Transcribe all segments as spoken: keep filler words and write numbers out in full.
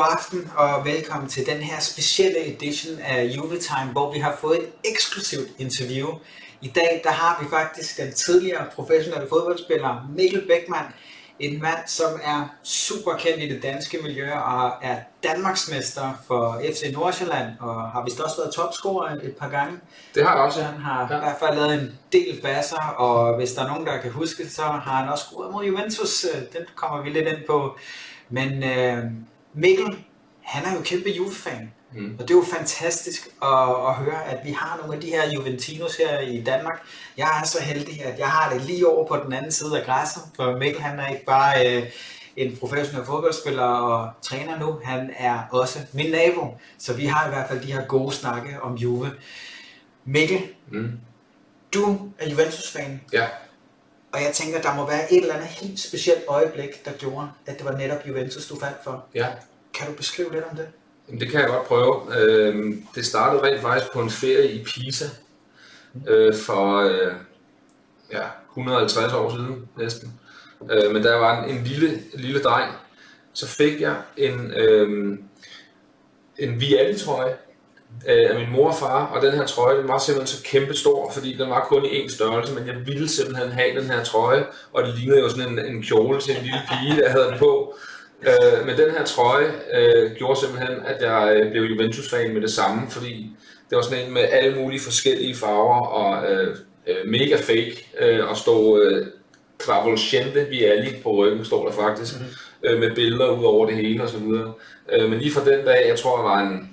aften og velkommen til den her specielle edition af Juve Time, hvor vi har fået et eksklusivt interview. I dag der har vi faktisk den tidligere professionelle fodboldspiller Mikkel Bechmann, en mand som er super kendt i det danske miljø og er Danmarksmester for F C Nordsjælland og har vist også været topscorer et par gange. Det har jeg også. Han har ja. i hvert fald lavet en del basser, og hvis der er nogen der kan huske, så har han også scoret mod Juventus. Den kommer vi lidt ind på. Men øh, Mikkel, han er jo kæmpe Juve-fan, mm. og det er jo fantastisk at, at høre, at vi har nogle af de her Juventinos her i Danmark. Jeg er så heldig, at jeg har det lige over på den anden side af græsset, for Mikkel han er ikke bare øh, en professionel fodboldspiller og træner nu, han er også min nabo, så vi har i hvert fald de her gode snakke om Juve. Mikkel, mm. du er Juventus-fan. Ja. Og jeg tænker, der må være et eller andet helt specielt øjeblik, der gjorde, at det var netop Juventus, du faldt for. Ja. Kan du beskrive lidt om det? Jamen, det kan jeg godt prøve. Det startede rent faktisk på en ferie i Pisa for ja, et hundrede og halvtreds år siden næsten. Men der var en, en lille, lille dreng, så fik jeg en, en Vialli-trøje af min mor og far, og den her trøje den var simpelthen så kæmpe stor, fordi den var kun i én størrelse, men jeg ville simpelthen have den her trøje, og det lignede jo sådan en, en kjole til en lille pige, der havde den på. Øh, men den her trøje øh, gjorde simpelthen, at jeg blev Juventus-fan med det samme, fordi det var sådan en med alle mulige forskellige farver, og øh, mega fake, øh, og stod øh, Travolgente Vialli på ryggen, stod der faktisk, mm-hmm. øh, med billeder ud over det hele og så videre. Øh, men lige fra den dag, jeg tror jeg var en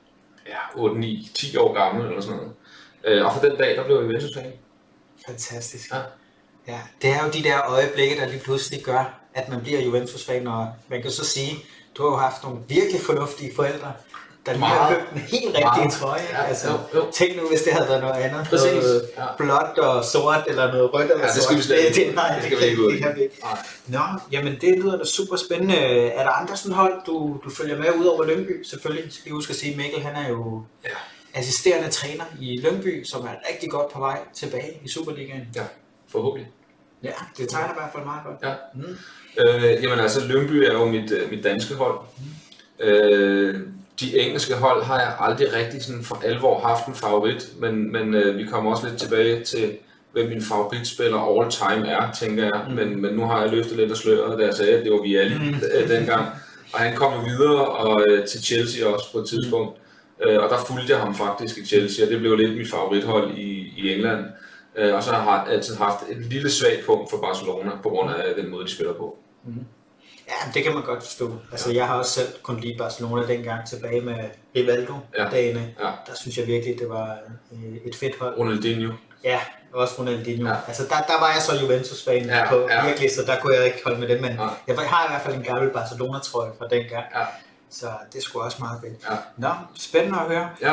ja, otte, ni, ti år gammel eller sådan noget. Øh, og fra den dag, der blev jeg Juventus-fan. Fantastisk. Ja. Ja, det er jo de der øjeblikke, der lige pludselig gør, at man bliver Juventus-fan, og man kan så sige, du har jo haft nogle virkelig fornuftige forældre, der lige har købt en helt rigtig trøje. Ja, altså, jo, jo. Tænk nu, hvis det havde været noget andet. Præcis. Noget ja. blåt og sort, eller noget rødt eller ja, det skal vi slet ikke. Det, nej, det skal vi ikke ud i. Nå, jamen det lyder da super spændende. Er der andre sådan hold, du, du følger med ud over Lyngby? Selvfølgelig skal vi huske at sige, Mikkel, han er jo ja. assisterende træner i Lyngby, som er rigtig godt på vej tilbage i Superligaen. Ja, forhåbentlig. Ja, det tegner i hvert fald meget godt. Ja. Mm. Øh, jamen altså, Lyngby er jo mit, mit danske hold. Mm. Øh, de engelske hold har jeg aldrig rigtig sådan for alvor haft en favorit, men, men øh, vi kommer også lidt tilbage til, hvem min favoritspiller all time er, tænker jeg. Mm. Men, men nu har jeg løftet lidt af sløret, da jeg sagde, at det var Vialli mm. dengang. Og han kom jo videre og, øh, til Chelsea også på et tidspunkt. Mm. Øh, og der fulgte jeg ham faktisk i Chelsea, og det blev lidt mit favorithold i, i England. Uh, og så har jeg altid haft et lille svagt punkt for Barcelona, på grund af den måde, de spiller på. Mm. Ja, det kan man godt forstå. Altså, jeg har også selv kun lide Barcelona dengang tilbage med Rivaldo-dagene. Ja. Ja. Der synes jeg virkelig, det var et fedt hold. Ronaldinho. Ja, også Ronaldinho. Ja. Altså, der, der var jeg så Juventus-fan ja, på ja. virkelig, så der kunne jeg ikke holde med det. Men ja. jeg har i hvert fald en gammel Barcelona-trøje fra dengang. Ja. Så det skulle også meget fedt. Ja. Nå, spændende at høre. Ja.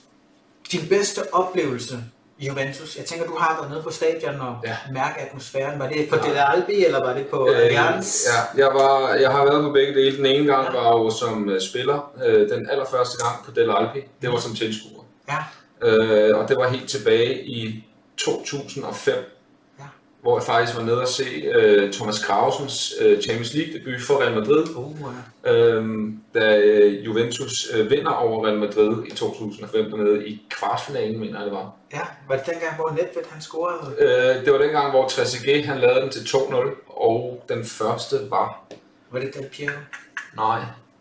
Din bedste oplevelse Juventus. Jeg tænker, du har været nede på stadion og ja. mærke atmosfæren. Var det på ja. Delle Alpi, eller var det på øh, Allianz? Ja, jeg, var, jeg har været på begge dele. Den ene gang ja. var jo som uh, spiller. Uh, den allerførste gang på Delle Alpi, det var som tilskuer. Ja. Uh, og det var helt tilbage i to tusind og fem, ja. hvor jeg faktisk var nede og se uh, Thomas Krausens uh, Champions League debut for Real Madrid. Uh, ja. uh, da uh, Juventus uh, vinder over Real Madrid i to tusind og fem dernede i kvartfinalen, mener jeg det var. Ja, var det dengang, hvor Nedved han scorede? Øh, det var dengang, hvor Trezeguet han lavede den til to nul, og den første var... Var det Del Piero? Nej.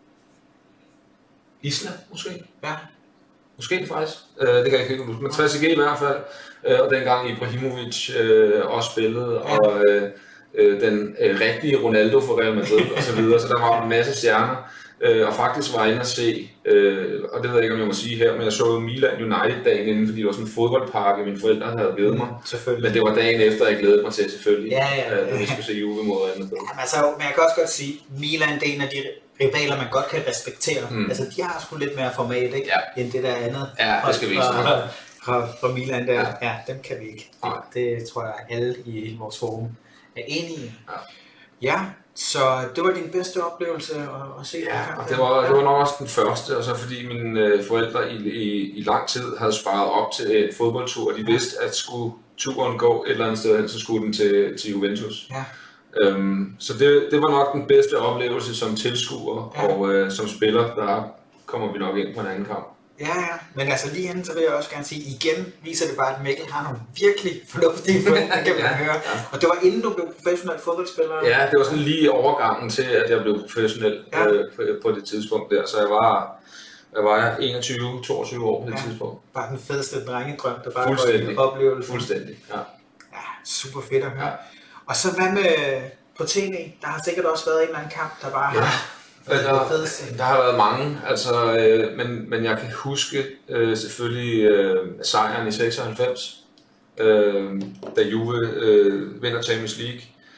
Isla, måske? Ja. Måske faktisk. Øh, det kan jeg ikke huske, men Trezeguet i hvert fald. Øh, og dengang Ibrahimovic øh, også spillede, ja. og øh, øh, den øh, rigtige Ronaldo for Real Madrid og så videre, så der var en masse stjerner. Øh, og faktisk var jeg inde at se, øh, og det ved jeg ikke, om jeg må sige her, men jeg så jo Milan United dagen inden, fordi det var sådan en fodboldpakke, mine forældre havde givet mig. Mm, men det var dagen efter, jeg glædede mig til, selvfølgelig, ja, ja, ja. da vi skulle se Juve mod Real Madrid. Ja, altså, men jeg kan også godt sige, Milan det er en af de rivaler, man godt kan respektere. Mm. Altså, de har sgu lidt mere format, ikke? Ja. End det der andet. Ja, det skal vi ikke fra, fra, fra Milan, der. Ja. ja, dem kan vi ikke. Det, det tror jeg, alle i vores forum er enige i. Ja. Ja, så det var din bedste oplevelse at, at se? Ja, og det var, det var nok også den første, og så fordi mine øh, forældre i, i, i lang tid havde sparet op til en fodboldtur, og de vidste, at skulle turen gå et eller andet sted hen, så skulle den til, til Juventus. Ja. Øhm, så det, det var nok den bedste oplevelse som tilskuer, ja. og øh, som spiller, der kommer vi nok ind på en anden kamp. Ja, ja, men altså lige inden, så vil jeg også gerne sige, igen viser det bare, at Mikkel har nogle virkelig fornuftige forældre, kan vi ja, høre. Ja. Og det var inden du blev professionel fodboldspiller? Ja, det var sådan lige overgangen til, at jeg blev professionel ja. øh, på, på det tidspunkt der, så jeg var, jeg var enogtyve toogtyve år på det ja. tidspunkt. Bare den fedeste drengedrøm, der bare var en oplevelse. Fuldstændig, ja. Ja, super fedt at høre. Ja. Og så hvad med på T V? Der har sikkert også været en eller anden kamp, der bare ja. har... Der, der har været mange, altså, øh, men, men jeg kan huske øh, selvfølgelig øh, sejren i seksoghalvfems, øh, da Juve øh, vinder Champions League.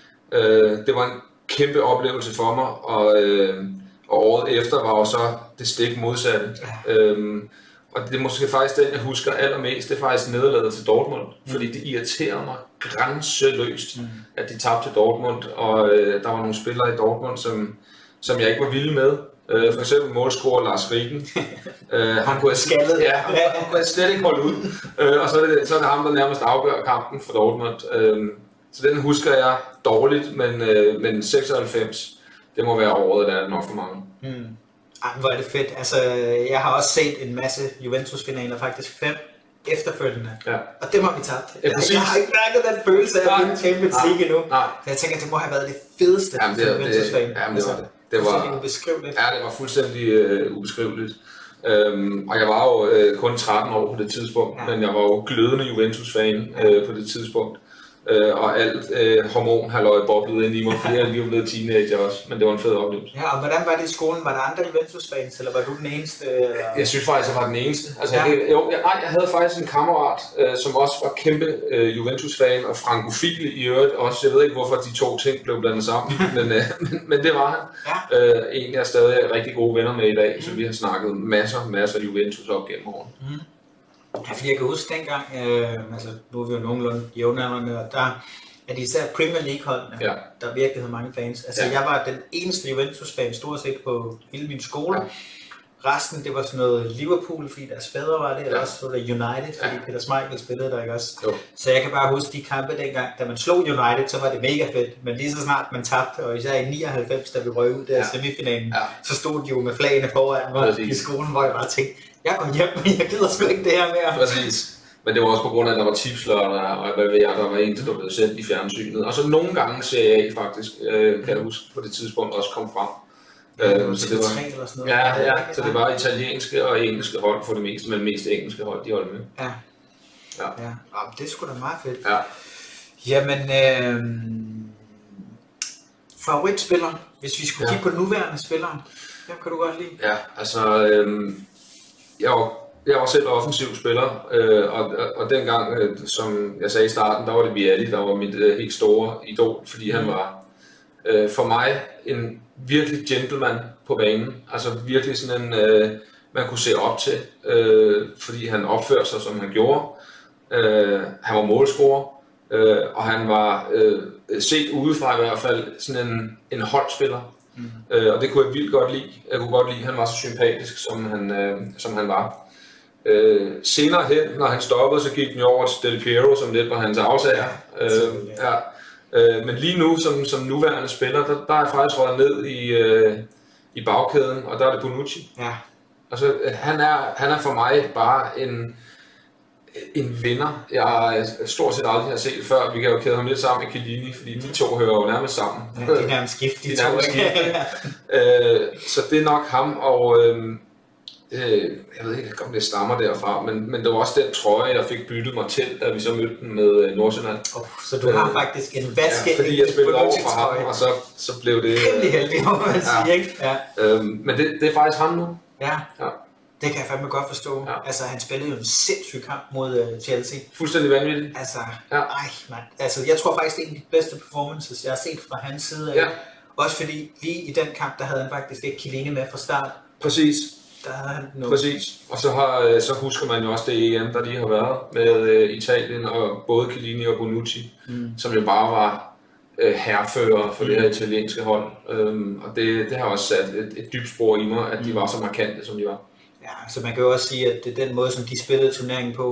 Øh, det var en kæmpe oplevelse for mig, og, øh, og året efter var jo så det stik modsatte. Øh, og det er måske faktisk den, jeg husker allermest, det er faktisk nederlaget til Dortmund, mm. fordi det irriterer mig grænseløst, mm. at de tabte til Dortmund, og øh, der var nogle spillere i Dortmund, som som jeg ikke var vild med. Uh, for eksempel målscorer Lars Rigen. Uh, han kunne skaldet. Ja, han, han kunne slet ikke holde ud. Uh, og så er, det, så er det ham, der nærmest afgør kampen for Dortmund. Uh, så den husker jeg dårligt, men, uh, men seksoghalvfems, det må være året, der er nok for mange. Mm. Ej, hvor er det fedt. Altså, jeg har også set en masse Juventus-finaler, faktisk fem efterfølgende. Ja. Og dem har vi tabt. Ja, jeg, jeg har ikke mærket den følelse af at vinde Champions League endnu. Så jeg tænker, at det må have været det fedeste jamen, det, Juventus-fan. Det, jamen, det var det. Det var ubeskriveligt. Ja, det var fuldstændig uh, ubeskriveligt. Um, og jeg var jo uh, kun tretten år på det tidspunkt, ja. men jeg var jo glødende Juventus-fan uh, på det tidspunkt. Uh, og alt uh, hormon halløj boblede ind i mig, fordi jeg lige var blevet teenager også, men det var en fed oplevelse. Ja, og hvordan var det i skolen? Var der andre Juventus-fans, eller var du den eneste? Eller? Jeg synes faktisk, jeg var den eneste. Altså, ja. jeg, jo, jeg, nej, jeg havde faktisk en kammerat, uh, som også var kæmpe uh, Juventus-fan, og frankofil i øvrigt også. Jeg ved ikke, hvorfor de to ting blev blandet sammen, men, uh, men, men det var han. Ja. Uh, en, jeg er stadig rigtig gode venner med i dag, mm. så vi har snakket masser, masser af Juventus op gennem årene. Mm. Ja, fordi jeg kan huske dengang, øh, altså nu er vi jo nogenlunde jævnaldrende, og der er de især Premier League-holdene, ja. der virkelig havde mange fans. Altså ja. jeg var den eneste Juventus-fan stort set på hele min skole. Ja. Resten, det var sådan noget Liverpool, fordi deres fædre var det, eller ja. også så var det United, fordi ja. Peter Schmeichel spillede der, ikke også? Jo. Så jeg kan bare huske de kampe dengang, da man slog United, så var det mega fedt, men lige så snart man tabte, og især i nioghalvfems, da vi røg ud der ja. semifinalen, ja. så stod de jo med flagene foran mig i skolen, hvor jeg bare tænkte, jeg går hjem, men jeg gider sgu ikke det her mere. Præcis. Men det var også på grund af, at der var tipslørdag, og hvad ved jeg, der var en, der blev sendt i fjernsynet. Og så nogle gange ser jeg faktisk, øh, kan jeg huske, på det tidspunkt også kom frem. Ja, det var så det var, eller sådan noget. Ja, ja, så det var italienske og engelske hold for det meste, men mest engelske hold, de holdt med. Ja. Ja. ja. Oh, det er sgu da meget fedt. Ja. Jamen, øh, favoritspiller, hvis vi skulle ja. kigge på nuværende spillere, hvem kan du godt lide? Ja, altså, øh, jeg var, jeg var selv offensiv spiller, øh, og, og, og dengang, øh, som jeg sagde i starten, der var det Vialli, der var mit øh, helt store idol, fordi mm. han var øh, for mig en virkelig gentleman på banen, altså virkelig sådan en, øh, man kunne se op til, øh, fordi han opførte sig, som han gjorde. Øh, han var målscorer, øh, og han var øh, set udefra i hvert fald sådan en, en holdspiller. Mm. Øh, og det kunne jeg vildt godt lide. Jeg kunne godt lide, at han var så sympatisk, som han, øh, som han var. Øh, senere hen, når han stoppede, så gik den jo over til Del Piero, som lidt var hans afsager. Øh, ja. øh, men lige nu, som, som nuværende spiller, der, der er jeg faktisk røget ned i, øh, i bagkæden, og der er det Bonucci. Ja. Altså, han er, han er for mig bare en, en vinder, jeg stort set aldrig har set før. Vi kan jo kæde ham lidt sammen med Chiellini, fordi de to hører jo nærmest sammen. Ja, de er nærmest skift, de, de to. Nærmest skift. øh, så det er nok ham, og øh, øh, jeg ved ikke, om det stammer derfra, men, men det var også den trøje, jeg fik byttet mig til, da vi så mødte den med Nordsjælland. Oh, så du har øh, faktisk en vaske? Ja, fordi jeg spillede over for ham, og så, så blev det... Heldig, heldig, må man sige, ja. ikke? Ja. Øh, men det, det er faktisk ham nu. Ja. Ja. Det kan jeg fandme godt forstå. Ja. Altså, han spillede jo en sindssyg kamp mod uh, Chelsea. Fuldstændig vanvittigt. Altså, ja. ej, man. Altså, jeg tror faktisk, det er en af de bedste performances, jeg har set fra hans side af. Ja. Også fordi lige i den kamp, der havde han faktisk ikke Chiellini med fra start. Præcis. Der havde han noget. Præcis. Og så, har, så husker man jo også det E M, der lige har været med uh, Italien og både Chiellini og Bonucci, mm. som jo bare var uh, herrefører for mm. det her italienske hold. Um, og det, det har også sat et, et dybt spor i mig, at de var så markante, som de var. Ja, så man kan jo også sige, at det er den måde, som de spillede turneringen på,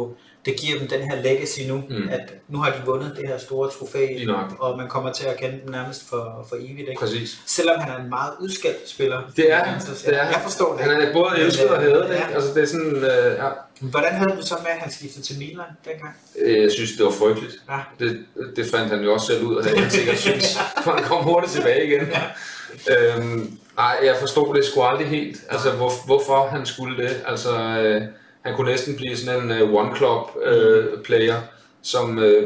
det giver dem den her legacy nu, mm. at nu har de vundet det her store trofæ, og man kommer til at kende dem nærmest for, for evigt. Ikke? Præcis. Selvom han er en meget udskældt spiller. Det er han. Det er. Jeg forstår det. Han er både elsket og hadet. Ja. Altså, det er sådan, øh, ja. Hvordan havde du så med, at han skiftede til Milan dengang? Jeg synes, det var frygteligt. Ja. Det, det fandt han jo også selv ud af, han sikkert synes, for han kom hurtigt tilbage igen. Ja. Øhm, nej, jeg forstod det sgu aldrig helt. Altså, hvor, hvorfor han skulle det. Altså, øh, han kunne næsten blive sådan en uh, one-club-player, uh, som, uh,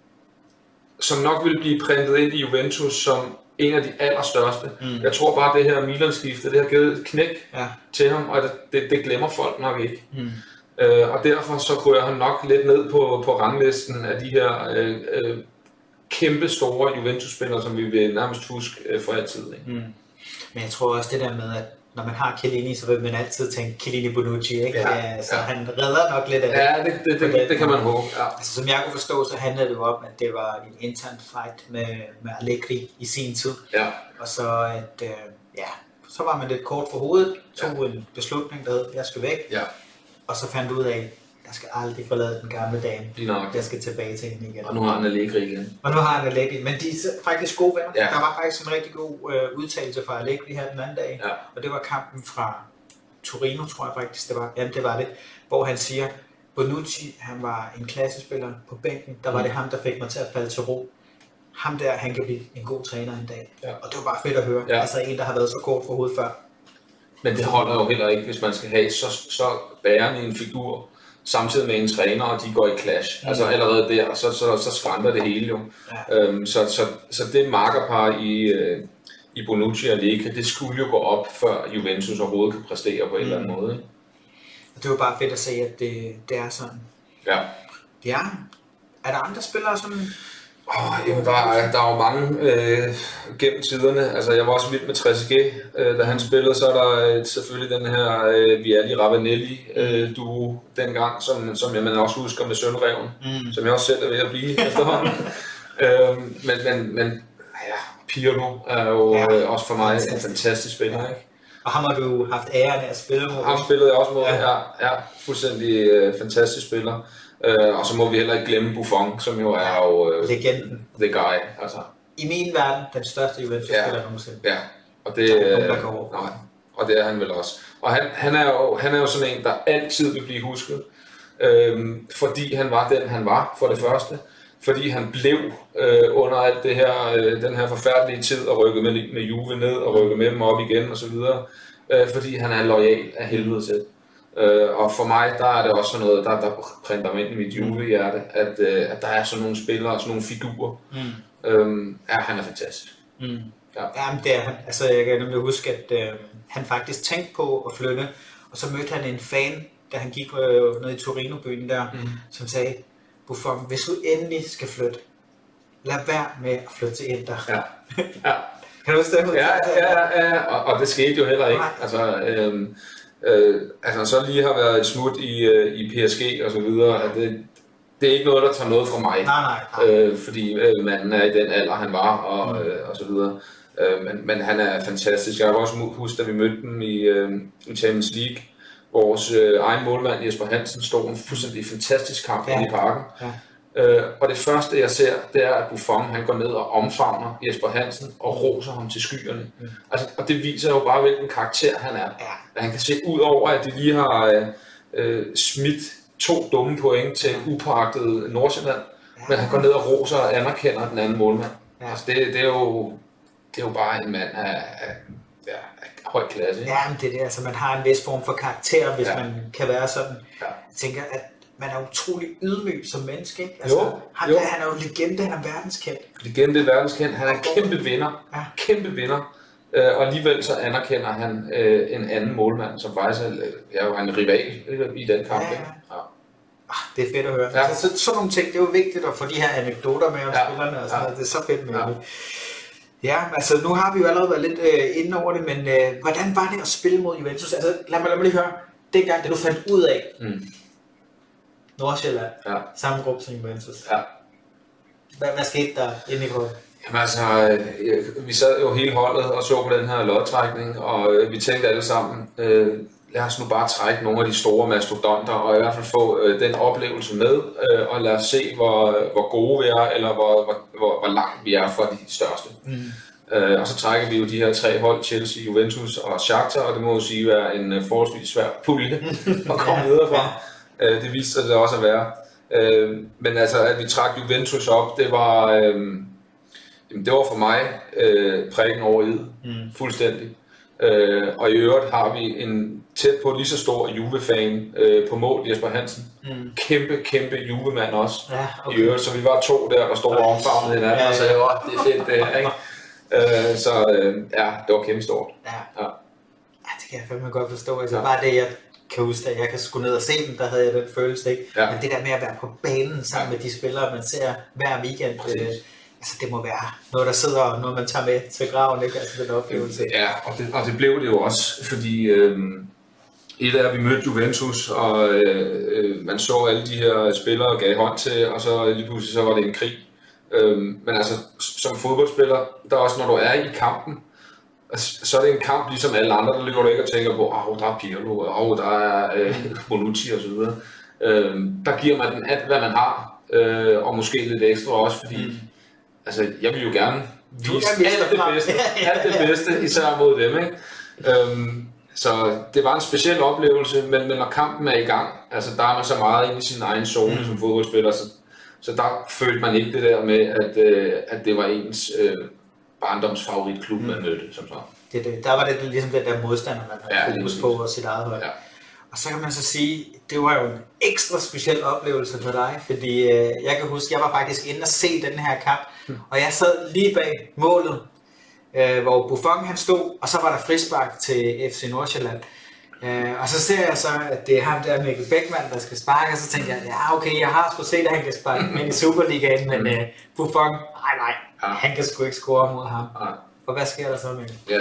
som nok ville blive printet ind i Juventus som en af de allerstørste. Mm. Jeg tror bare, det her Milan-skifte, det har givet et knæk ja. til ham, og det, det, det glemmer folk nok ikke. Mm. Uh, og derfor så kunne jeg nok lidt ned på, på ranglisten af de her uh, uh, kæmpe store Juventus-spillere, som vi vil nærmest huske uh, for altid. Ikke? Mm. Men jeg tror også det der med, at når man har Chiellini, så vil man altid tænke Chiellini Bonucci, ikke? Ja, så ja. Han redder nok lidt af det. Ja, det, det, det, det, det kan man håbe. Ja. Altså, som jeg kunne forstå, så handlede det jo om, at det var en intern fight med, med Allegri i sin tid. Ja. Og så at, øh, ja, så var man lidt kort for hovedet, tog ja. en beslutning, der hed, jeg skal væk. Ja. Og så fandt ud af, jeg skal aldrig forlade den gamle dame. Jeg skal tilbage til hende igen. Og nu har han Allegri igen. Og nu har han Allegri, men de er faktisk gode venner. Ja. Der var faktisk en rigtig god øh, udtalelse fra Allegri her den anden dag. Ja. Og det var kampen fra Torino, tror jeg faktisk det var. Jamen det var det. Hvor han siger, Bonucci, han var en klassespiller på bænken. Der var mm. det ham, der fik mig til at falde til ro. Ham der, han kan blive en god træner en dag. Ja. Og det var bare fedt at høre. Ja. Altså en, der har været så kort for hovedet før. Men det holder jo heller ikke, hvis man skal have så, så bærende en figur samtidig med en træner, og de går i clash. Mm. Altså allerede der, så, så, så skrænder det hele jo. Ja. Øhm, så, så, så det makkerpar i, øh, i Bonucci og Allegri, det skulle jo gå op, før Juventus overhovedet kan præstere på en mm. eller anden måde. Ikke? Det var bare fedt at se, at det, det er sådan. Ja. Ja. Er der andre spillere, som... Oh, jamen, der, er, der er jo mange øh, gennem tiderne. Altså, jeg var også vild med Trezeguet, øh, da han spillede. Så er der øh, selvfølgelig den her øh, Vialli Ravanelli øh, duo dengang, som, som jeg man også husker med Sølvreven, mm. som jeg også selv er ved at blive efterhånden. øh, men, men, men ja, Pirlo er jo ja, øh, også for mig fantastisk. en fantastisk spiller. Ja. Ikke? Og ham har du haft æren af at spille mod. Ham spillede jeg også mod, ja, ja, ja fuldstændig øh, fantastisk spiller. Uh, og så må vi heller ikke glemme Buffon, som jo er jo uh, legenden. The guy. Altså. I min verden, den største Juventus-spiller ja, nogensinde. Ja, og det, uh, nej, og det er han vel også. Og han, han, er jo, han er jo sådan en, der altid vil blive husket, uh, fordi han var den, han var, for det første. Fordi han blev uh, under alt det her, uh, den her forfærdelige tid og rykke med, med Juve ned og rykke med dem op igen og så videre. Uh, fordi han er loyal af helvede til. Uh, og for mig, der er det også sådan noget, der, der printer mig ind i mit Juve-hjerte, at, uh, at der er sådan nogle spillere og sådan nogle figurer. Mm. Um, ja, han er fantastisk. Mm. Ja. Jamen, det er han. Altså, jeg kan nemlig huske, at uh, han faktisk tænkte på at flytte, og så mødte han en fan, da han gik uh, ned i Torino-byen der, mm. som sagde, Buffon, hvis du endelig skal flytte, lad være med at flytte til Inter. Ja. Ja. Kan du huske det? Ja, ja, ja, ja. Og, og det skete jo heller ikke. Nej. Altså, øhm, Øh, altså så lige har været et smut i, øh, i P S G og så videre, at det, det er ikke noget, der tager noget fra mig, nej, nej, nej. Øh, fordi øh, manden er i den alder, han var, og, mm. øh, og så videre. Øh, men, men han er fantastisk. Jeg har også huske, da vi mødte dem i, øh, i Champions League, vores øh, egen målmand Jesper Hansen stod en fuldstændig fantastisk kamp ja. i parken. Ja. Øh, og det første jeg ser, det er at Buffon han går ned og omfavner Jesper Hansen og roser ham til skyerne. Mm. Altså, og det viser jo bare hvilken karakter han er. Ja. At han kan se ud over at de lige har øh, smidt to dumme point til upåagtet Nordsjælland, ja. men han går ned og roser og anerkender den anden målmand. Ja. Altså, det, det, er jo, det er jo bare en mand af, af, ja, af høj klasse. Ikke? Ja, men det er det, altså man har en vis form for karakter, hvis ja. man kan være sådan. Ja. Jeg tænker, at man er utrolig ydmyg som menneske, ikke? Altså, jo, han, jo. han er jo legende, han er verdenskendt. Legende, verdenskendt. Han er en kæmpe vinder. Ja. Kæmpe vinder. Øh, og alligevel så anerkender han øh, en anden målmand, som faktisk er, er jo en rival i den kamp. Ja, ja. Ja. Ah, det er fedt at høre. Ja. Altså, så, sådan nogle ting, det er jo vigtigt at få de her anekdoter med om ja. spillerne og sådan ja. noget. Det er så fedt med ja. det. Ja, altså nu har vi jo allerede været lidt øh, inde over det, men øh, hvordan var det at spille mod Juventus? Altså lad mig, lad mig lige høre, dengang da du fandt ud af, mm. Nordsjælland, ja. samme gruppe som Juventus. Ja. Hvad, hvad skete der inde i gruppen? Jamen altså, vi sad jo hele holdet og så på den her lodtrækning, og vi tænkte alle sammen, øh, lad os nu bare trække nogle af de store mastodonter, og i hvert fald få øh, den oplevelse med, øh, og lad os se, hvor, hvor gode vi er, eller hvor, hvor, hvor, hvor langt vi er fra de største. Mm. Øh, og så trækker vi jo de her tre hold, Chelsea, Juventus og Shakhtar, og det må jo sige være en uh, forholdsvis svær pulje at komme ja, videre fra. Ja. Øh, det viste sig det også at være. Øh, men altså, at vi trak Juventus op, det var, øh, det var for mig øh, prikken over i mm. fuldstændig. Øh, og i øvrigt har vi en tæt på lige så stor Juve-fan øh, på mål, Jesper Hansen. Mm. Kæmpe, kæmpe Juve-mand også. Ja, okay. I øvrigt, så vi var to der, der stod og omfavnede hinanden, ja, ja. Og sagde, åh, det er fedt det her, ikke? Øh, så øh, ja, det var kæmpe stort. Ja. Ja. Ja, det kan jeg fandme godt forstå. Altså, ja. Bare det, jeg kan huske, at jeg kan sgu ned og se dem, der havde jeg den følelse, ikke? Ja. Men det der med at være på banen sammen ja. med de spillere, man ser hver weekend, øh, altså det må være noget, der sidder, og noget, man tager med til graven, ikke? Altså den oplevelse. Ja, og det, og det blev det jo også, fordi øh, et af, at vi mødte Juventus, og øh, øh, man så alle de her spillere og gav hånd til, og så lige pludselig så var det en krig. Øhm, men altså, som fodboldspiller, der også når du er i kampen, så er det en kamp ligesom alle andre, der løber du ikke og tænker på, åh, oh, der er Pirlo, åh, oh, der er øh, Bonucci og så videre. Øhm, der giver man den alt, hvad man har, øh, og måske lidt ekstra også, fordi mm. altså, jeg vil jo gerne vise alt det bedste, alt det bedste, især mod dem, ikke? Øhm, så det var en speciel oplevelse, men, men når kampen er i gang, altså der er man så meget inde i sin egen zone mm. som fodboldspiller, så Så der følte man ikke det der med, at, øh, at det var ens øh, barndomsfavoritklub, man mødte, som så. Det, det. Der var det ligesom den der modstander, man havde ja, fokus på og sit eget hold. Ja. Og så kan man så sige, det var jo en ekstra speciel oplevelse for dig, fordi øh, jeg kan huske, jeg var faktisk inde og se den her kamp, hmm. og jeg sad lige bag målet, øh, hvor Buffon han stod, og så var der frispark til F C Nordsjælland. Uh, og så ser jeg så, at det er ham der Mikkel Bækman, der skal sparke, og så tænker jeg, ja okay, jeg har sgu set, at han kan sparke men i Superligaen, men uh, Buffon, nej nej, ja. Han kan sgu ikke score mod ham. Ja. Og hvad sker der så, Mikkel? Ja,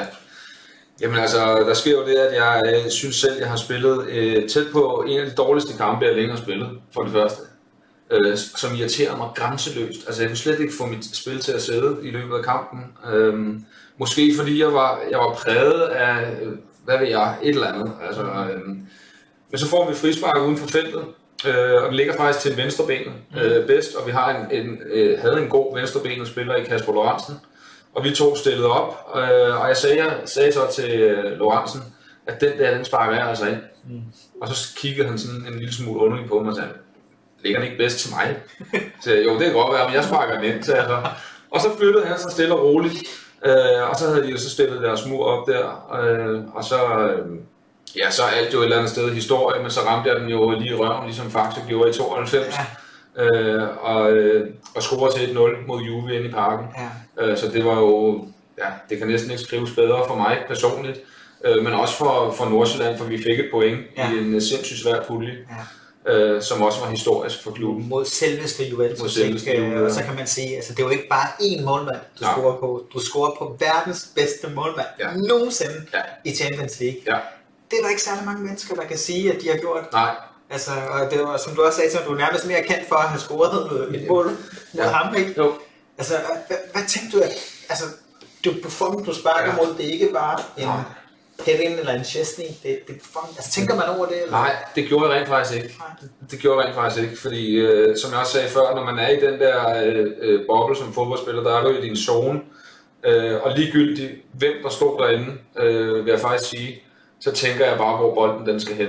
jamen altså, der sker jo det, at jeg øh, synes selv, jeg har spillet øh, tæt på en af de dårligste kampe, jeg længere har spillet, for det første. Øh, som irriterer mig grænseløst. Altså jeg kunne slet ikke få mit spil til at sidde i løbet af kampen. Øh, måske fordi jeg var, jeg var præget af... Øh, hvad ved jeg, et eller andet. Altså, øhm, men så får vi frispark uden for feltet, øh, og den ligger faktisk til venstrebenet øh, bedst, og vi har en, en, øh, havde en god venstrebenet spiller i Kasper Lorentzen, og vi to stillede op, øh, og jeg sagde, jeg sagde så til øh, Lorentzen, at den der, den sparker jeg altså ind. Mm. Og så kiggede han sådan en lille smule underligt på mig og sagde, ligger den ikke bedst til mig? Så jeg, jo, det kan godt være, men jeg sparker den ind, sagde jeg så. Og så flyttede han så stille og roligt. Øh, og så havde de jo så stillet deres mur op der, øh, og så, øh, ja, så er alt jo et eller andet sted historie, men så ramte jeg den jo lige i røven, ligesom Faxe gjorde i tooghalvfems, ja. øh, og, øh, og scorede til et nul mod Juve inde i parken. Ja. Øh, så det var jo, ja, det kan næsten ikke skrives bedre for mig personligt, øh, men også for, for Nordsjælland, for vi fik et point ja. i en sindssygt svær pulje. Ja. Øh, som også var historisk for klubben. Mod selveste Juventus, Mod selveste Juventus. Og så kan man sige, altså det er jo ikke bare én målmand, du ja. scorer på. Du scorer på verdens bedste målmand ja. nogensinde ja. i Champions League. Ja. Det er der ikke særlig mange mennesker, der kan sige, at de har gjort. Nej. Altså, og det var, som du også sagde til mig, du er nærmest mere kendt for at have scoret et mål mod ja. ham, ikke? Jo. Altså, hvad, hvad tænkte du, at altså, du Buffon, du sparker ja. mod, det er ikke bare en... Nej. Perin eller en Chesney, det, det, altså, tænker man over det? Eller? Nej, det gjorde jeg rent faktisk ikke. Det, det gjorde jeg rent faktisk ikke, fordi øh, som jeg også sagde før, når man er i den der øh, øh, boble som fodboldspiller, der er du i din zone, øh, og ligegyldigt hvem der stod derinde, øh, vil jeg faktisk sige, så tænker jeg bare, hvor bolden den skal hen.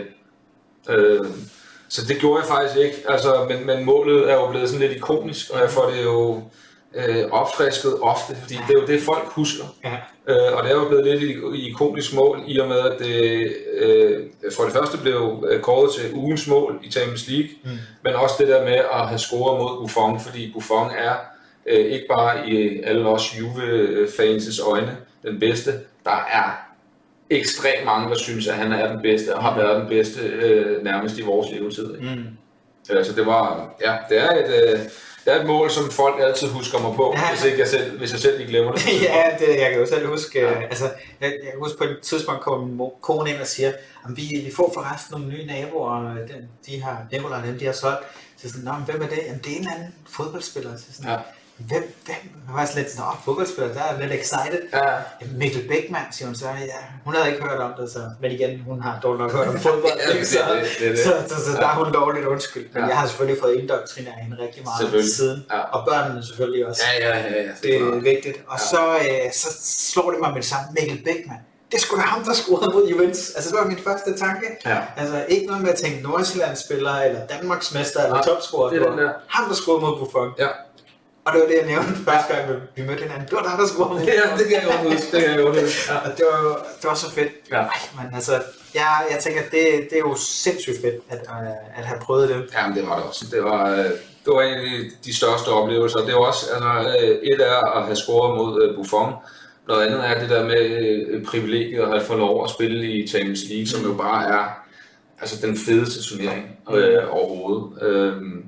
Øh, så det gjorde jeg faktisk ikke, altså, men, men målet er jo blevet sådan lidt ikonisk, og jeg får det jo øh, opfrisket ofte, fordi det er jo det folk husker. Ja. Øh, og det er jo blevet lidt i ikonisk mål, i og med at det øh, for det første blev kåret til ugens mål i Champions League, mm. men også det der med at have scoret mod Buffon, fordi Buffon er øh, ikke bare i alle os Juve-fans' øjne den bedste. Der er ekstremt mange, der synes, at han er den bedste, og har været den bedste øh, nærmest i vores levetid. Mm. Øh, så det var, ja, det er et... Øh, Det er et mål, som folk altid husker mig på, ja. hvis, ikke jeg selv, hvis jeg selv ikke glemmer det. Ja, det, jeg kan jo selv huske, ja. altså, jeg, jeg kan huske på et tidspunkt kommer min kone ind og siger, at vi, vi får forresten nogle nye naboer, og de har, Nicolaj og dem, de har solgt. Så sådan, nå, men hvem er det? Jamen, det er en eller anden fodboldspiller. Så sådan, ja. Hvem, hvem? Jeg var lidt sådan, åh, fodboldspiller, der er lidt excited. Ja. Mikkel Bækman, siger hun så, ja, hun havde ikke hørt om det, så, men igen, hun har dårligt nok hørt om fodbold, ja, det, så, det, det, det. så, så, så, så der er hun lovligt undskyld. Men ja. jeg har selvfølgelig fået indoktrineret hende rigtig meget siden, ja. og børnene selvfølgelig også. Ja, ja, ja, ja. Det er vigtigt. Og ja. så, øh, så slår det mig med det samme, Mikkel Bækman. Det skulle da ham, der scorede mod Juventus. Altså, det var min første tanke. Ja. Altså, ikke noget med at tænke Nordsjællandsspiller, eller Danmarksmester, eller topscorer. Det er den der. Ham, der scorede mod Buffon. Ja. Og det var det, jeg nævnte første gang, vi mødte hinanden. Det var dig, der scorede mod Buffon. Ja, det kan jeg godt huske. Det kan jeg godt huske. Ja. Og det var, det var så fedt. Ja. Ej, men altså, jeg, jeg tænker, det, det er jo sindssygt fedt, at, at have prøvet det. Jamen, det var det også. Det var, det var en af de største oplevelser. Det var også, altså, et er at have scoret mod Buffon. Noget andet er det der med øh, privilegiet at have fået lov at spille i Champions League, som jo bare er altså, den fedeste turnering øh, overhovedet. Øhm,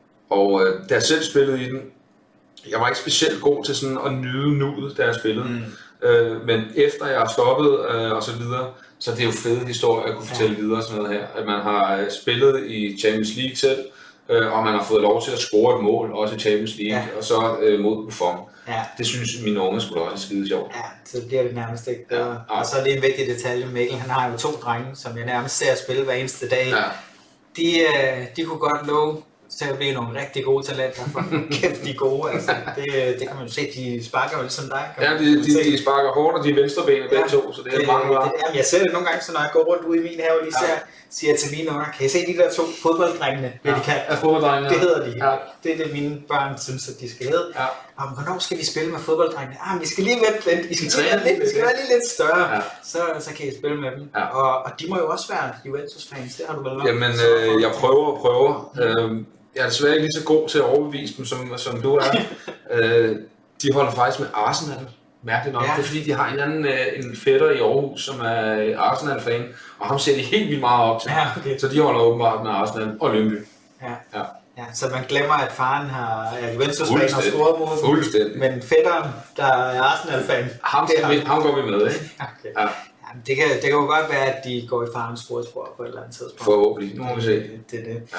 og øh, da jeg selv spillede i den, jeg var ikke specielt god til sådan at nyde nuet, da jeg spillede. Mm. Øh, men efter jeg har stoppet øh, og så videre, så det er jo fede historier at kunne fortælle ja. videre sådan noget her. At man har øh, spillet i Champions League selv, øh, og man har fået lov til at score et mål, også i Champions League, ja. og så øh, mod Buffon. Ja. Det synes mine unge skulle også er skide sjovt. Ja, så bliver det nærmest ikke. Ja. Og, og så lige en vigtig detalje, Mikkel, han har jo to drenge, som jeg nærmest ser spille hver eneste dag. Ja. De, de kunne godt love til at blive nogle rigtig gode talenter, for kæft de er gode, altså. Det, det kan man jo se, de sparker jo ligesom dig. Ja, de, de, de sparker hårdt, og de er venstrebenet begge ja, to, så det er det, mange det, det, Jeg ser det nogle gange, så når jeg går rundt ude i min have, lige ser, ja. siger jeg til mine unger, kan I se de der to fodbolddrengene, ja. de kan? Ja, fodbolddrengene. Det hedder de. Ja. Det er det, mine børn synes, at de skal hedde. Ja. Og hvornår skal vi spille med fodbolddrengene? Ah, vi skal lige vente lidt. I skal, ja, lidt, I skal være lige lidt større, ja. så, så kan I spille med dem. Ja. Og, og de må jo også være Juventus-fans, det har du vel nok. Jamen, øh, jeg prøver og prøver. Mm. Jeg er desværre ikke lige så god til at overbevise dem, som, som du er. øh, de holder faktisk med Arsenal, mærkeligt nok. Ja. Det er fordi, de har en anden en fætter i Aarhus, som er Arsenal-fan, og ham ser de helt vildt meget op til. Ja, okay. Så de holder åbenbart med Arsenal og Lyngby. Ja. Ja. Ja, så man glemmer, at faren har ja, Juventus-fan og scoret mod Fuldstændig. Men fætteren, der er Arsenal-fan, ham, vi, ham går vi med, ikke? Okay. Ja. Ja, det, kan, det kan jo godt være, at de går i farens sporspor på et eller andet tidspunkt. Forhåbentlig, nu må vi se. Det, det er det. Ja.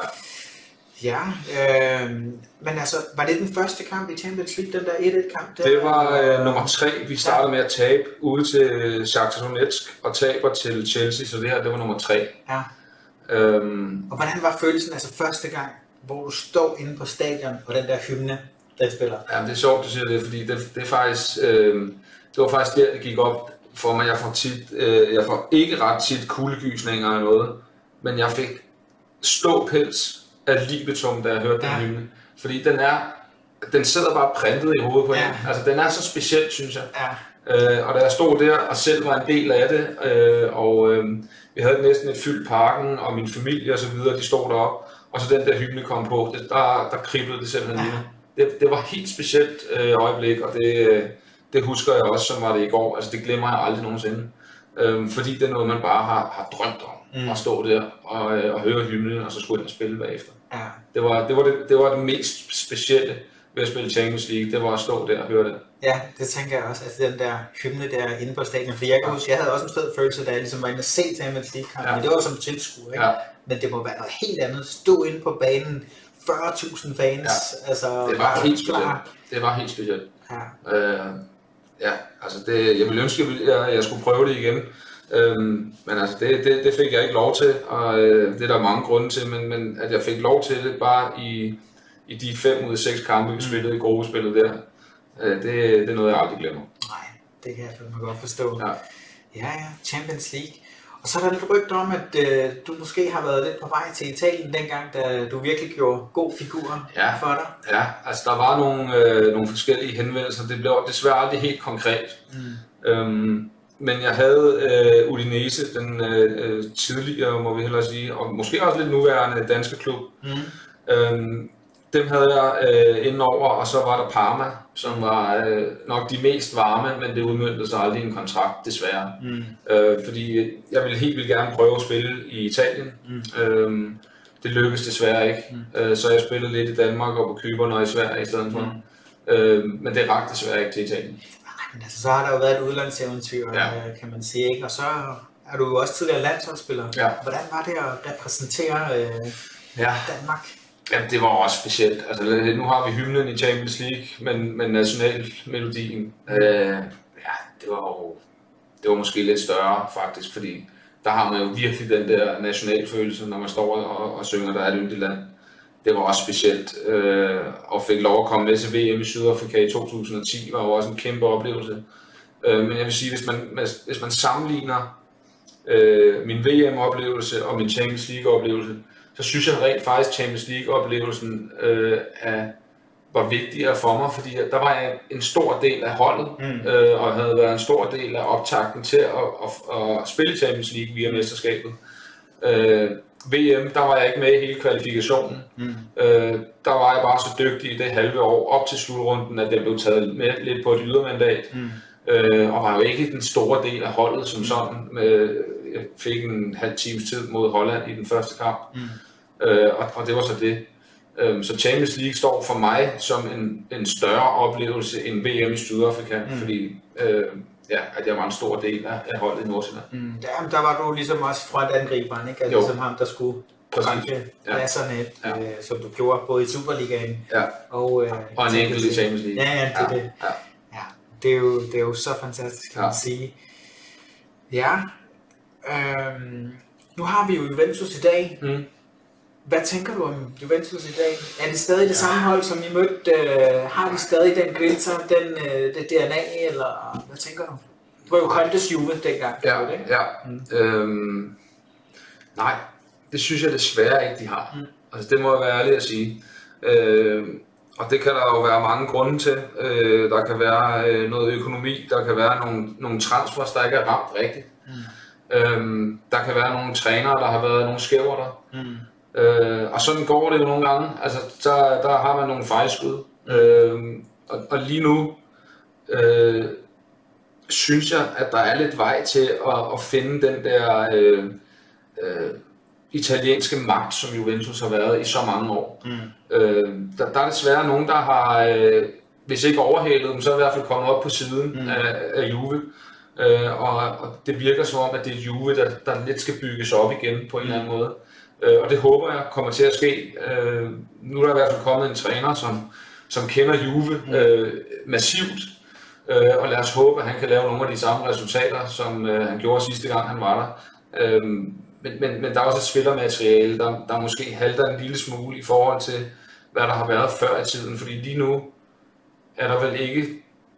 Ja, øh, men altså, var det den første kamp i Champions League, den der et et-kamp? Det var øh, nummer tre. Vi startede med at tabe ude til Shakhtar Donetsk og taber til Chelsea, så det her, det var nummer tre. Ja. Øhm, og hvordan var følelsen, altså første gang, hvor du står inde på stadion, og den der hymne, der spiller? Ja, det er sjovt, du siger det, fordi det, det er faktisk, øh, det var faktisk der, det gik op for mig. Jeg får tit, øh, jeg får ikke ret tit kuldegysninger eller noget, men jeg fik ståpels af libetum, da jeg hørte ja. den hymne. Fordi den er, den sidder bare printet i hovedet på ja. en. Altså, den er så speciel, synes jeg. Ja. Øh, og da jeg stod der og selv var en del af det, øh, og øh, vi havde næsten et fyldt parken, og min familie og så videre, de stod deroppe, og så den der hymne kom på, det, der, der kriblede det simpelthen ja. det, det var helt specielt øh, øjeblik, og det, det husker jeg også, som var det i går. Altså, det glemmer jeg aldrig nogensinde. Øh, fordi det er noget, man bare har, har drømt om. Mm. At stå der og, og høre hymnen, og så skulle jeg spille bagefter. Ja. Det, var, det, var det, det var det mest specielle ved at spille Champions League, det var at stå der og høre det. Ja, det tænker jeg også, altså den der hymne der inde på stadion, fordi jeg kan huske, jeg havde også en fed følelse, da jeg ligesom var inde og se Champions League-kampen, ja. men det var som tilskuer, ikke? Ja. Men det må være noget helt andet, stå inde på banen, fyrre tusind fans, ja. altså... Det var helt specielt. Det var helt specielt. Ja. Øh, ja, altså det, jeg ville ønske, at jeg, jeg skulle prøve det igen. Øhm, men altså det, det, det fik jeg ikke lov til, og øh, det er der mange grunde til, men, men at jeg fik lov til det bare i, i de fem ud af seks kampe, vi spillede i gruppespillet der, øh, det, det er noget, jeg aldrig glemmer. Nej, det kan jeg fandme godt forstå. Ja. Ja, ja, Champions League. Og så er der lidt rygter om, at øh, du måske har været lidt på vej til Italien dengang, da du virkelig gjorde god figur ja. for dig. Ja, altså der var nogle, øh, nogle forskellige henvendelser, det blev desværre aldrig helt konkret. Mm. Øhm, Men jeg havde øh, Udinese, den øh, tidligere, må vi hellere sige, og måske også lidt nuværende danske klub. Mm. Øhm, dem havde jeg øh, inden over, og så var der Parma, som var øh, nok de mest varme, men det udmøntede sig aldrig i en kontrakt, desværre. Mm. Øh, fordi jeg ville helt vildt gerne prøve at spille i Italien. Mm. Øhm, det lykkedes desværre ikke, mm. øh, så jeg spillede lidt i Danmark og på Cypern og i Sverige i stedet for. Mm. Øh, men det rakte desværre ikke til Italien. Men altså, så har der jo været et udlandseventyr, ja. kan man sige, ikke? Og så er du jo også tidligere landsholdsspiller. Ja. Hvordan var det at repræsentere øh, ja. Danmark? Ja, det var også specielt. Altså, nu har vi hymnen i Champions League, men, men nationalmelodien, øh, ja, det var jo det var måske lidt større faktisk, fordi der har man jo virkelig den der nationalfølelse, når man står og, og synger, der er et yndigt land. Det var også specielt, øh, og fik lov at komme med til V M i Sydafrika i to tusind og ti, var jo også en kæmpe oplevelse. Øh, men jeg vil sige, hvis man, hvis man sammenligner øh, min V M-oplevelse og min Champions League-oplevelse, så synes jeg rent faktisk, Champions League-oplevelsen øh, er, var vigtigere for mig, fordi der var jeg en stor del af holdet, mm. øh, og havde været en stor del af optakten til at, at, at spille Champions League via mesterskabet. Øh, V M, der var jeg ikke med i hele kvalifikationen. Mm. Øh, der var jeg bare så dygtig i det halve år op til slutrunden, at den blev taget med lidt på et ydermandat. Mm. Øh, og var jo ikke den store del af holdet som sådan. Med, jeg fik en halv times tid mod Holland i den første kamp. Mm. Øh, og, og det var så det. Øh, så Champions League står for mig som en, en større oplevelse end V M i Sydafrika, mm. fordi øh, ja, at jeg var en stor del af, af holdet i Nordsjælland. Mm. Der, der var du ligesom også frontangriberen, ikke? Altså, ligesom ham, der skulle ranke pladserne, ja. øh, som du gjorde både i Superligaen ja. og, øh, og en enkelt i Champions League. Ja, ja, det, ja. Det. Ja. Ja. Det, er jo, det er jo så fantastisk, kan ja. man sige. Ja, øhm, nu har vi jo Juventus i dag. Mm. Hvad tænker du om Juventus i dag? Er det stadig det ja. samme hold, som I mødte? Øh, har de stadig den grinter, den, øh, det D N A, eller hvad tænker du? Det var jo Contes Juve dengang. Ja, det, ikke? ja. Mm. Øhm, nej, det synes jeg desværre ikke, de har. Mm. Altså, det må jeg være ærlig at sige. Øhm, og det kan der jo være mange grunde til. Øh, der kan være øh, noget økonomi, der kan være nogle, nogle transfers, der ikke er ramt rigtigt. Mm. Øhm, der kan være nogle trænere, der har været nogle skæver der. Mm. Øh, og sådan går det jo nogle gange, altså der, der har man nogle fejlskud, mm. øh, og, og lige nu øh, synes jeg, at der er lidt vej til at, at finde den der øh, øh, italienske magt, som Juventus har været i så mange år. Mm. Øh, der, der er desværre nogen, der har, øh, hvis ikke overhalet dem, så er i hvert fald kommet op på siden mm. af, af Juve. Øh, og, og det virker som om, at det er Juve, der, der lidt skal bygges op igen på en mm. eller anden måde. Øh, og det håber jeg kommer til at ske. Øh, nu er der i hvert fald kommet en træner, som, som kender Juve øh, massivt. Øh, og lad os håbe, at han kan lave nogle af de samme resultater, som øh, han gjorde sidste gang, han var der. Øh, men, men, men der er også et spillermateriale, der, der måske halter en lille smule i forhold til, hvad der har været før i tiden. Fordi lige nu er der vel ikke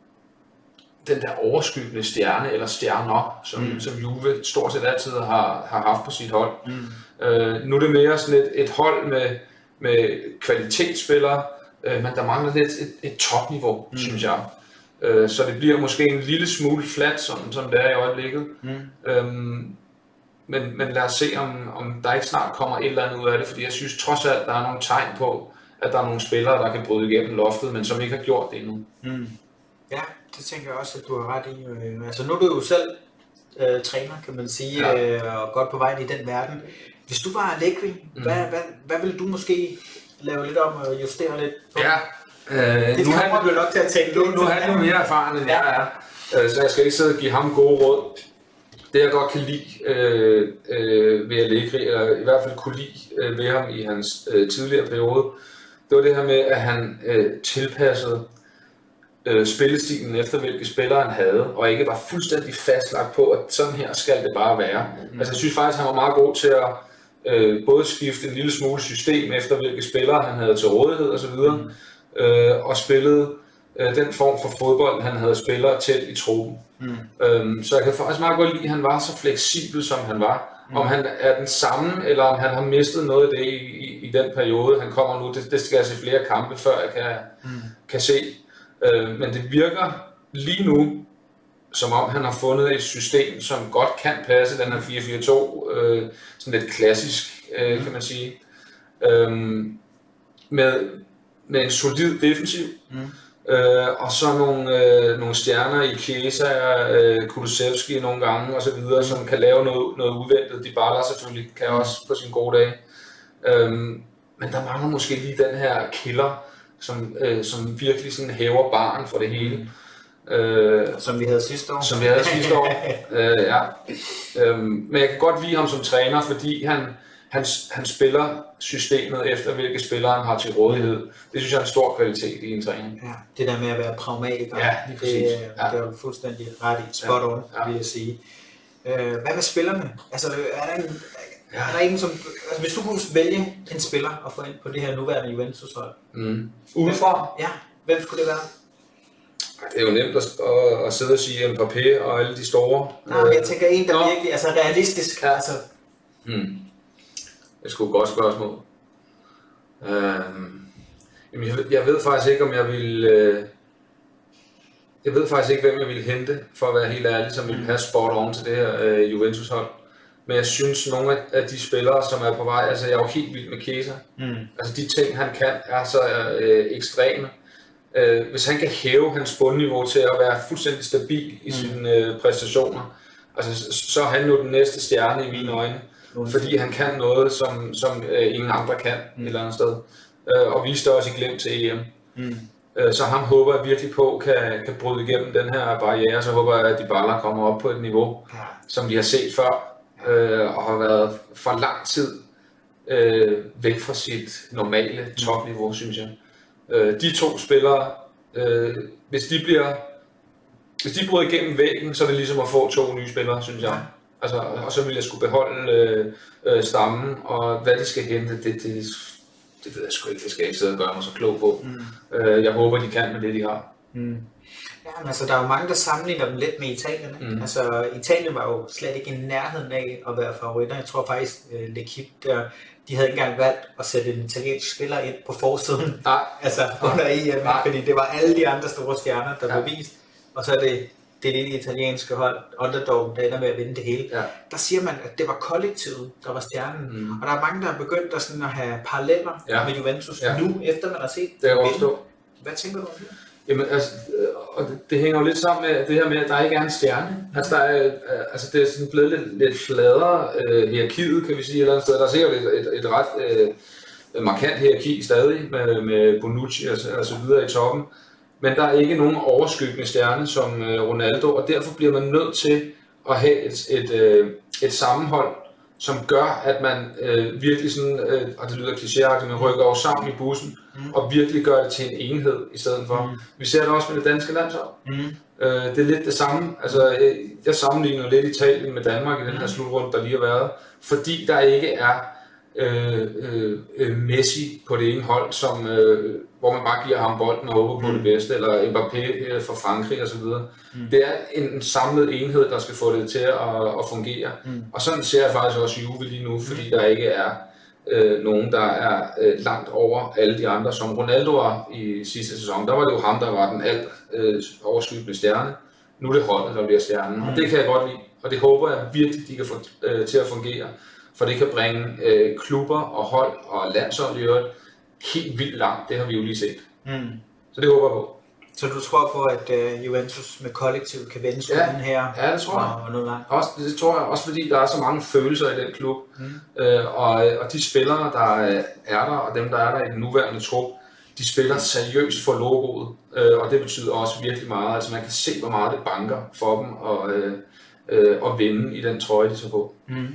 den der overskyggende stjerne, eller stjerner, som, mm. som Juve stort set altid har, har haft på sit hold. Mm. Uh, nu er det mere sådan et, et hold med, med kvalitetsspillere, uh, men der mangler lidt et, et topniveau, mm. synes jeg. Uh, så det bliver måske en lille smule flat, som, som det er i øjeblikket. Mm. Um, men, men lad os se, om, om der ikke snart kommer et eller andet ud af det, fordi jeg synes trods alt, der er nogle tegn på, at der er nogle spillere, der kan bryde igennem loftet, men som ikke har gjort det endnu. Mm. Ja, det tænker jeg også, at du har ret i. Altså nu er du jo selv øh, træner, kan man sige, ja. øh, og godt på vej i den verden. Hvis du var Allegri, mm. hvad, hvad, hvad ville du måske lave lidt om og justere lidt på? Ja, øh, det nu kommer du nok til at tænke. Nu, nu er han jo mere erfaren, end ja. jeg er, øh, så jeg skal ikke sidde og give ham gode råd. Det jeg godt kan lide øh, øh, ved Allegri, eller i hvert fald kunne lide øh, ved ham i hans øh, tidligere periode, det var det her med, at han øh, tilpassede øh, spillestilen efter hvilke spillere han havde, og ikke var fuldstændig fastlagt på, at sådan her skal det bare være. Mm. Altså jeg synes faktisk, han var meget god til at øh, både skifte en lille smule system efter hvilke spillere han havde til rådighed osv., mm. øh, og spillede øh, den form for fodbold, han havde spillere til i truppen. Mm. Øhm, så jeg kan faktisk meget godt lide, at han var så fleksibel, som han var. Mm. Om han er den samme, eller om han har mistet noget af det i, i, i den periode, han kommer nu. Det, det skal jeg se flere kampe, før jeg kan, mm. kan se. Øh, men det virker lige nu, som om han har fundet et system, som godt kan passe den her fire fire to. Øh, sådan lidt klassisk, øh, kan man sige. Øh, med, med en solid defensiv. Mm. Øh, og så nogle, øh, nogle stjerner i Chiesa, øh, Kulusevski nogle gange og så videre, som kan lave noget, noget udventet. Dybala selvfølgelig kan også på sin gode dage. Øh, men der mangler måske lige den her killer, som, øh, som virkelig sådan hæver barren for det hele. Øh, som vi havde sidste år. Som vi havde sidste år, øh, ja. Øh, men jeg kan godt lide ham som træner, fordi han, han, han spiller systemet efter, hvilke spillere han har til rådighed. Det synes jeg er en stor kvalitet i en træning. Ja, det der med at være pragmatiker, ja, det, det, ja. det er jo fuldstændig ret i, spot on, ja. Ja. vil jeg sige. Uh, hvad med spillerne? Altså, er der en, ja. er der en som, altså, hvis du kunne vælge en spiller at få ind på det her nuværende Juventus-hold? Mm. Udefra? Ja, hvem skulle det være? Det er jo nemt at, at, at sidde og sige Mbappé og alle de store. Nej, men jeg tænker en, der Nå. virkelig, altså realistisk. Ja. Altså. Hmm. Det er sgu et godt spørgsmål. Øhm, jeg, jeg ved faktisk ikke, om jeg vil... Øh, jeg ved faktisk ikke, hvem jeg ville hente, for at være helt ærlig, som ville passe sport on til det her øh, Juventus-hold. Men jeg synes, nogle af de spillere, som er på vej, altså jeg er jo helt vild med Chiesa. Mm. Altså de ting, han kan, er så øh, ekstreme. Øh, hvis han kan hæve hans bundniveau til at være fuldstændig stabil i mm. sine øh, præstationer, altså, så er han jo den næste stjerne i mine øjne. Mm. Fordi han kan noget, som, som øh, ingen andre kan mm. et eller andet sted. Øh, og viste også i glimt til E M. Mm. Øh, så ham håber jeg virkelig på, kan, kan bryde igennem den her barriere. Så håber jeg, at Dybala kommer op på et niveau, ja. som vi har set før. Øh, og har været for lang tid øh, væk fra sit normale topniveau, synes jeg. Øh, de to spillere, øh, hvis de bliver, hvis de bryder igennem væggen, så er det ligesom at få to nye spillere, synes jeg. Altså, og så vil jeg skulle beholde øh, øh, stammen, og hvad de skal hente, det, det, det ved jeg sgu ikke, det skal jeg ikke sidde og gøre mig så klog på. Mm. Øh, jeg håber, de kan med det, de har. Mm. Ja, altså der er jo mange, der sammenligner dem lidt med Italien. Mm. Altså Italien var jo slet ikke i nærheden af at være favoritter. Jeg tror faktisk, uh, L'Equipe der, de havde ikke engang valgt at sætte en italiensk spiller ind på forsiden. Nej. Altså under E M, fordi det var alle de andre store stjerner, der ja. blev vist. Og så er det det lille italienske hold, underdog, der ender med at vinde det hele. Ja. Der siger man, at det var kollektivet, der var stjernen. Mm. Og der er mange, der har begyndt at, sådan, at have paralleller ja. med Juventus ja. nu, efter man har set det vinde. Hvad tænker du om det? Jamen, altså, og det, det hænger jo lidt sammen med det her med, at der ikke er en stjerne. Altså, der er, altså det er sådan blevet lidt, lidt fladere øh, hierarkiet, kan vi sige, et eller andet sted. Der er sikkert et, et, et ret øh, markant hierarki stadig, med, med Bonucci og, og så videre i toppen. Men der er ikke nogen overskyggende stjerne som øh, Ronaldo, og derfor bliver man nødt til at have et, et, øh, et sammenhold, som gør, at man øh, virkelig sådan, øh, og det lyder klichéagtigt, man rykker over sammen i bussen, mm. og virkelig gør det til en enhed i stedet for. Mm. Vi ser det også med det danske landshold. Mm. Øh, det er lidt det samme. Altså, jeg, jeg sammenligner lidt Italien med Danmark i den her slutrunde, der lige har været, fordi der ikke er øh, øh, Messi på det ene hold, som, øh, hvor man bare giver ham bolden og håber på mm. det bedste, eller Mbappé øh, fra Frankrig osv. Mm. Det er en samlet enhed, der skal få det til at, at fungere. Mm. Og sådan ser jeg faktisk også Juve lige nu, fordi der ikke er øh, nogen, der er øh, langt over alle de andre. Som Ronaldo var i sidste sæson, der var det jo ham, der var den alt øh, overskyggende stjerne. Nu er det holdet, der bliver stjernen, mm. og det kan jeg godt lide. Og det håber jeg virkelig, de kan få øh, til at fungere. For det kan bringe øh, klubber og hold og landshold i øvrigt helt vildt langt. Det har vi jo lige set. Mm. Så det håber jeg på. Så du tror på, at uh, Juventus med kollektivet kan vende skuden ja, her? Ja, det tror jeg. Og, og noget langt. Også, det tror jeg også, fordi der er så mange følelser i den klub. Mm. Øh, og, og de spillere, der er der, og dem, der er der i den nuværende trup, de spiller seriøst for logoet. Øh, og det betyder også virkelig meget. Altså man kan se, hvor meget det banker for dem at, øh, øh, at vinde i den trøje, de så på. Mm.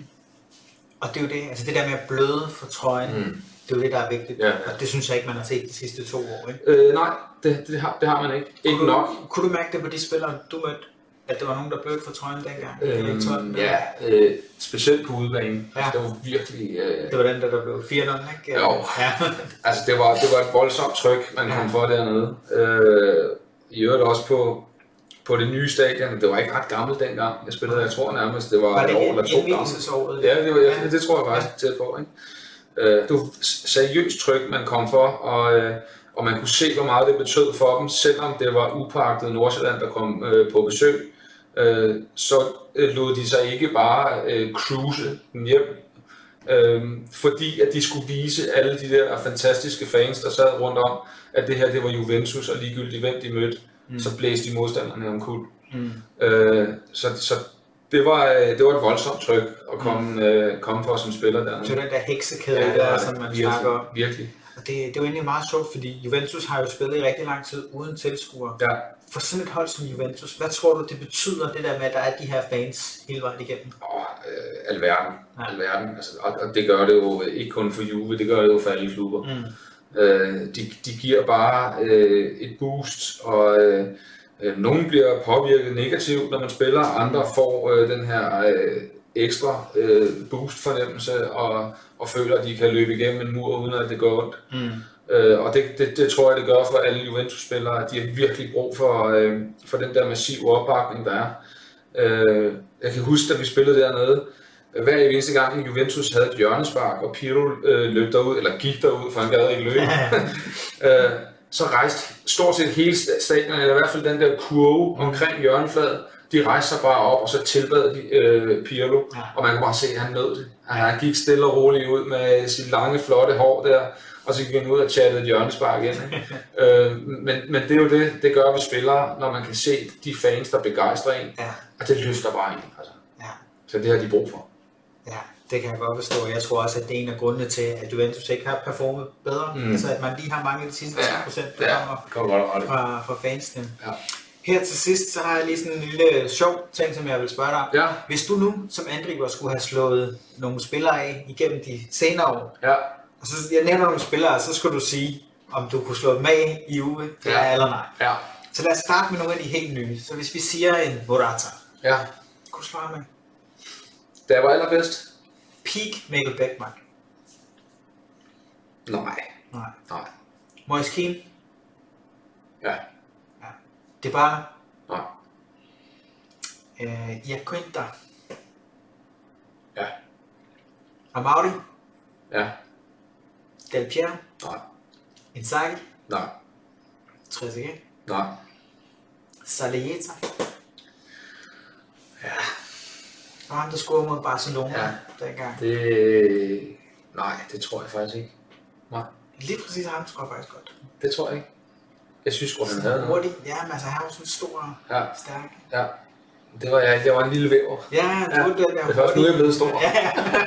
Og det er jo det, altså det der med at bløde for trøjen. Mm. Det er jo det, der er vigtigt, ja. Og det synes jeg ikke, man har set de sidste to år, ikke? Øh, nej, det, det, har, det har man ikke. Ikke kunne, nok. Kunne du mærke det på de spillere, du mødte? At der var nogen, der blødte for trøjen dengang? Øhm, ja, øh, specielt på udebanen. Ja. Det var virkelig... Øh... Det var den, der, der blev fire nul, ikke? Jo, ja. altså det var, det var et voldsomt tryk, man ja. kom for dernede. Øh, I øvrigt også på, på det nye stadion. Det var ikke ret gammelt dengang. Jeg spillede, jeg tror nærmest, det var, var det et år eller to gammelt. Ja, det, var, ja, det tror jeg faktisk ja. tæt på, ikke? Det var seriøst tryk, man kom for, og, og man kunne se, hvor meget det betød for dem, selvom det var upåagtet Nordsjælland, der kom øh, på besøg. Øh, så øh, lod de sig ikke bare øh, cruise hjem, øh, fordi at de skulle vise alle de der fantastiske fans, der sad rundt om, at det her det var Juventus, og ligegyldigt hvem de mødte, mm. så blæste de modstanderne omkuld. Mm. Øh, så, så Det var, det var et voldsomt tryk at komme, mm. øh, komme for som spiller der. Det var den der heksekæde, ja, der, som man virkelig, snakker om. Virkelig. Og det, det var egentlig meget sjovt, fordi Juventus har jo spillet i rigtig lang tid uden tilskuere. Ja. for sådan et hold som Juventus, hvad tror du, det betyder, det der med, at der er de her fans hele vejen igennem? Åh, øh, alverden. Ja. Alverden. Altså, og, og det gør det jo ikke kun for Juve, det gør det jo for alle klubber. Mm. Øh, de, de giver bare øh, et boost, og øh, øh, nogen bliver påvirket negativt, når man spiller, andre får øh, den her øh, ekstra øh, boost-fornemmelse, og, og føler, at de kan løbe igennem en mur, uden at det går ondt. Mm. Øh, og det, det, det tror jeg, det gør for alle Juventus-spillere, at de har virkelig brug for, øh, for den der massive opbakning, der er. Øh, jeg kan huske, da vi spillede dernede, hver eneste gang Juventus havde et hjørnespark, og Pirlo øh, løb derud, eller gik derud, for han gad ikke løbe, øh, så rejste stort set hele stadion, eller i hvert fald den der kurve omkring hjørnefladen, de rejste sig bare op, og så tilbad de øh, Pirlo, og man kunne bare se, at han nød det. Han gik stille og roligt ud med sit lange, flotte hår der, og så gik han ud og chattede et hjørnespark ind. øh, men, men det er jo det, det gør vi spillere, når man kan se de fans, der begejstrer en, ja. Og det løfter bare en. Altså. Ja. Så det har de brug for. Ja, det kan jeg godt forstå. Jeg tror også, at det er en af grundene til, at Juventus ikke har performet bedre. Mm. Altså, at man lige har manglet de sidste ti procent, der ja. kommer fra, fra fansene. Ja. Her til sidst, så har jeg lige sådan en lille sjov ting, som jeg vil spørge dig om. Ja. Hvis du nu som angriber skulle have slået nogle spillere af igennem de senere år, ja. Og så jeg nævner nogle spillere, så skulle du sige, om du kunne slå dem af i Juve, ja. Eller nej. Ja. Så lad os starte med nogle af de helt nye. Så hvis vi siger en Morata, ja. Kunne du slå ham med? Da jeg var allerbedst? Peak Mikkel Bækmark. Nej. Nej. Nej. Moise Kean? Ja. Ja. Det er bare... Nej. Øh, Iaquinta? Ja. Amauri? Ja. Del Piero? Nej. Inzaghi? Nej. Trezeguet? Nej. Salieta? Ja. Og ham, der scorede mod Barcelona ja. dengang. Det... Nej, det tror jeg faktisk ikke. Nej. Lige præcis ham tror jeg faktisk godt. Det tror jeg ikke. Jeg synes godt, han havde noget. Hurtigt. Ja, men altså, han var sådan stor ja. Stærk. Ja. Det var jeg. Jeg var en lille væver. Ja, det var ja. Den der. Det var også nu, jeg er blevet stor. Ja.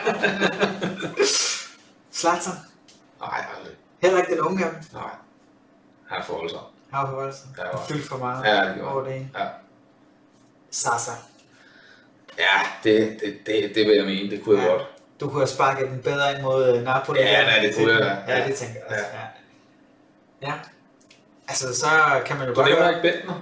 Zlatan? Nej, aldrig. Heller ikke den unge af dem? Nej. Han er forholdsam. Han er forholdsam. Han var fyldt for meget. Ja, det over det. Ja. Sasa? Ja, det, det, det, det vil jeg mene. Det kunne jeg ja. Godt. Du kunne have sparket den bedre ind mod Napoli. Ja, nej, det kunne jeg. Ja, ja, det tænker jeg også. Ja. Ja. Ja. Altså, så kan man jo du godt... Du nævner ikke Bentner?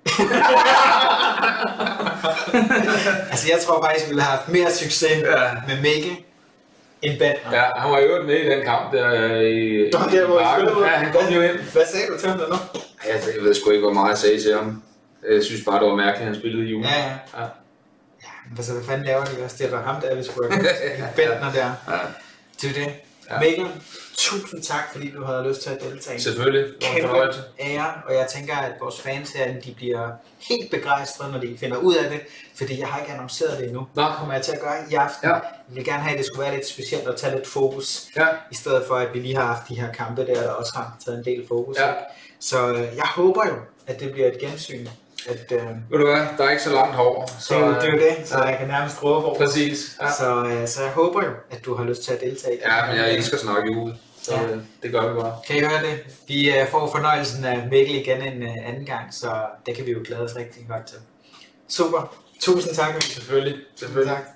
Altså, jeg tror faktisk, vi ville have haft mere succes ja. Med Mikkel end Bentner. Ja, han var jo øvrigt med i den kamp der i... Nå, der hvor I spillede. Ja, han kom jo ind. Hvad sagde du til ham der nu? Ja, jeg ved sgu ikke, hvor meget jeg sagde til ham. Jeg synes bare, det var mærkeligt, at han spillede i jul. Ja, ja. Ja. Altså, hvad fanden laver de også? Det var ham der, vi skulle have Bentner der. Ja. Det er det. Ja. Mikkel, tusind tak, fordi du havde lyst til at deltage. Selvfølgelig. Kæmpe ære, og jeg tænker, at vores fans herinde, de bliver helt begejstrede, når de finder ud af det, fordi jeg har ikke annonceret det endnu. Nå. Det kommer jeg til at gøre i aften. Ja. Jeg vil gerne have, at det skulle være lidt specielt og tage lidt fokus, ja. I stedet for, at vi lige har haft de her kampe der, der også har taget en del fokus. Ja. Så øh, jeg håber jo, at det bliver et gensyn. At, øh, ved du hvad, der er ikke så langt hår. Så, det, er jo, det er jo det, så ja. Jeg kan nærmest råbe over. Præcis. Ja. Så, øh, så jeg håber jo, at du har lyst til at deltage. Ja, men jeg elsker at snakke jule, så ja. Det gør vi bare. Kan I høre det? Vi øh, får fornøjelsen af Mikkel igen en øh, anden gang, så det kan vi jo glæde os rigtig godt til. Super. Tusind tak, Mikkel. Selvfølgelig. Selvfølgelig. Tak.